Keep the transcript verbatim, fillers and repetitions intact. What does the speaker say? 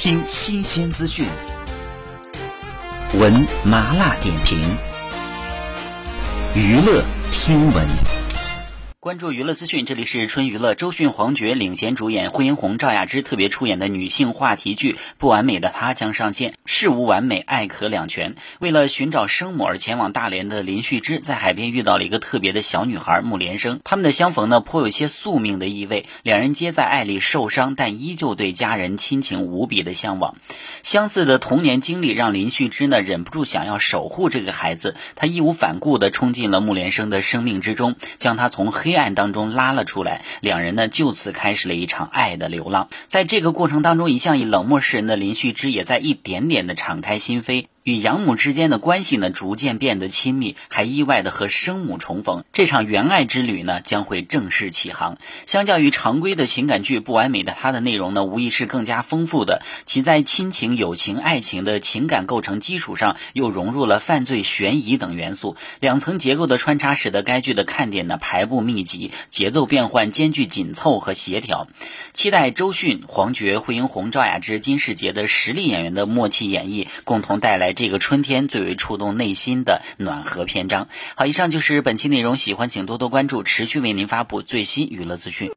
听新鲜资讯，闻麻辣点评，娱乐听闻。关注娱乐资讯，这里是春娱乐。周迅、黄觉领衔主演，惠英红、赵雅芝特别出演的女性话题剧《不完美的她》将上线。事无完美，爱可两全。为了寻找生母而前往大连的林旭之，在海边遇到了一个特别的小女孩穆连生。他们的相逢呢，颇有些宿命的意味。两人皆在爱里受伤，但依旧对家人亲情无比的向往。相似的童年经历让林旭之呢忍不住想要守护这个孩子，他义无反顾地冲进了穆连生的生命之中，将他从黑暗当中拉了出来。两人呢就此开始了一场爱的流浪。在这个过程当中，一向以冷漠示人的林旭之也在一点点的敞开心扉，与养母之间的关系呢逐渐变得亲密，还意外的和生母重逢。这场缘爱之旅呢将会正式起航。相较于常规的情感剧，不完美的它的内容呢无疑是更加丰富的，其在亲情、友情、爱情的情感构成基础上，又融入了犯罪、悬疑等元素，两层结构的穿插使得该剧的看点呢排布密集，节奏变换兼具紧凑和协调。期待周迅、黄觉、惠英红、赵雅芝、金世杰的实力演员的默契演绎，共同带来这个春天最为触动内心的暖和篇章。好，以上就是本期内容，喜欢请多多关注，持续为您发布最新娱乐资讯。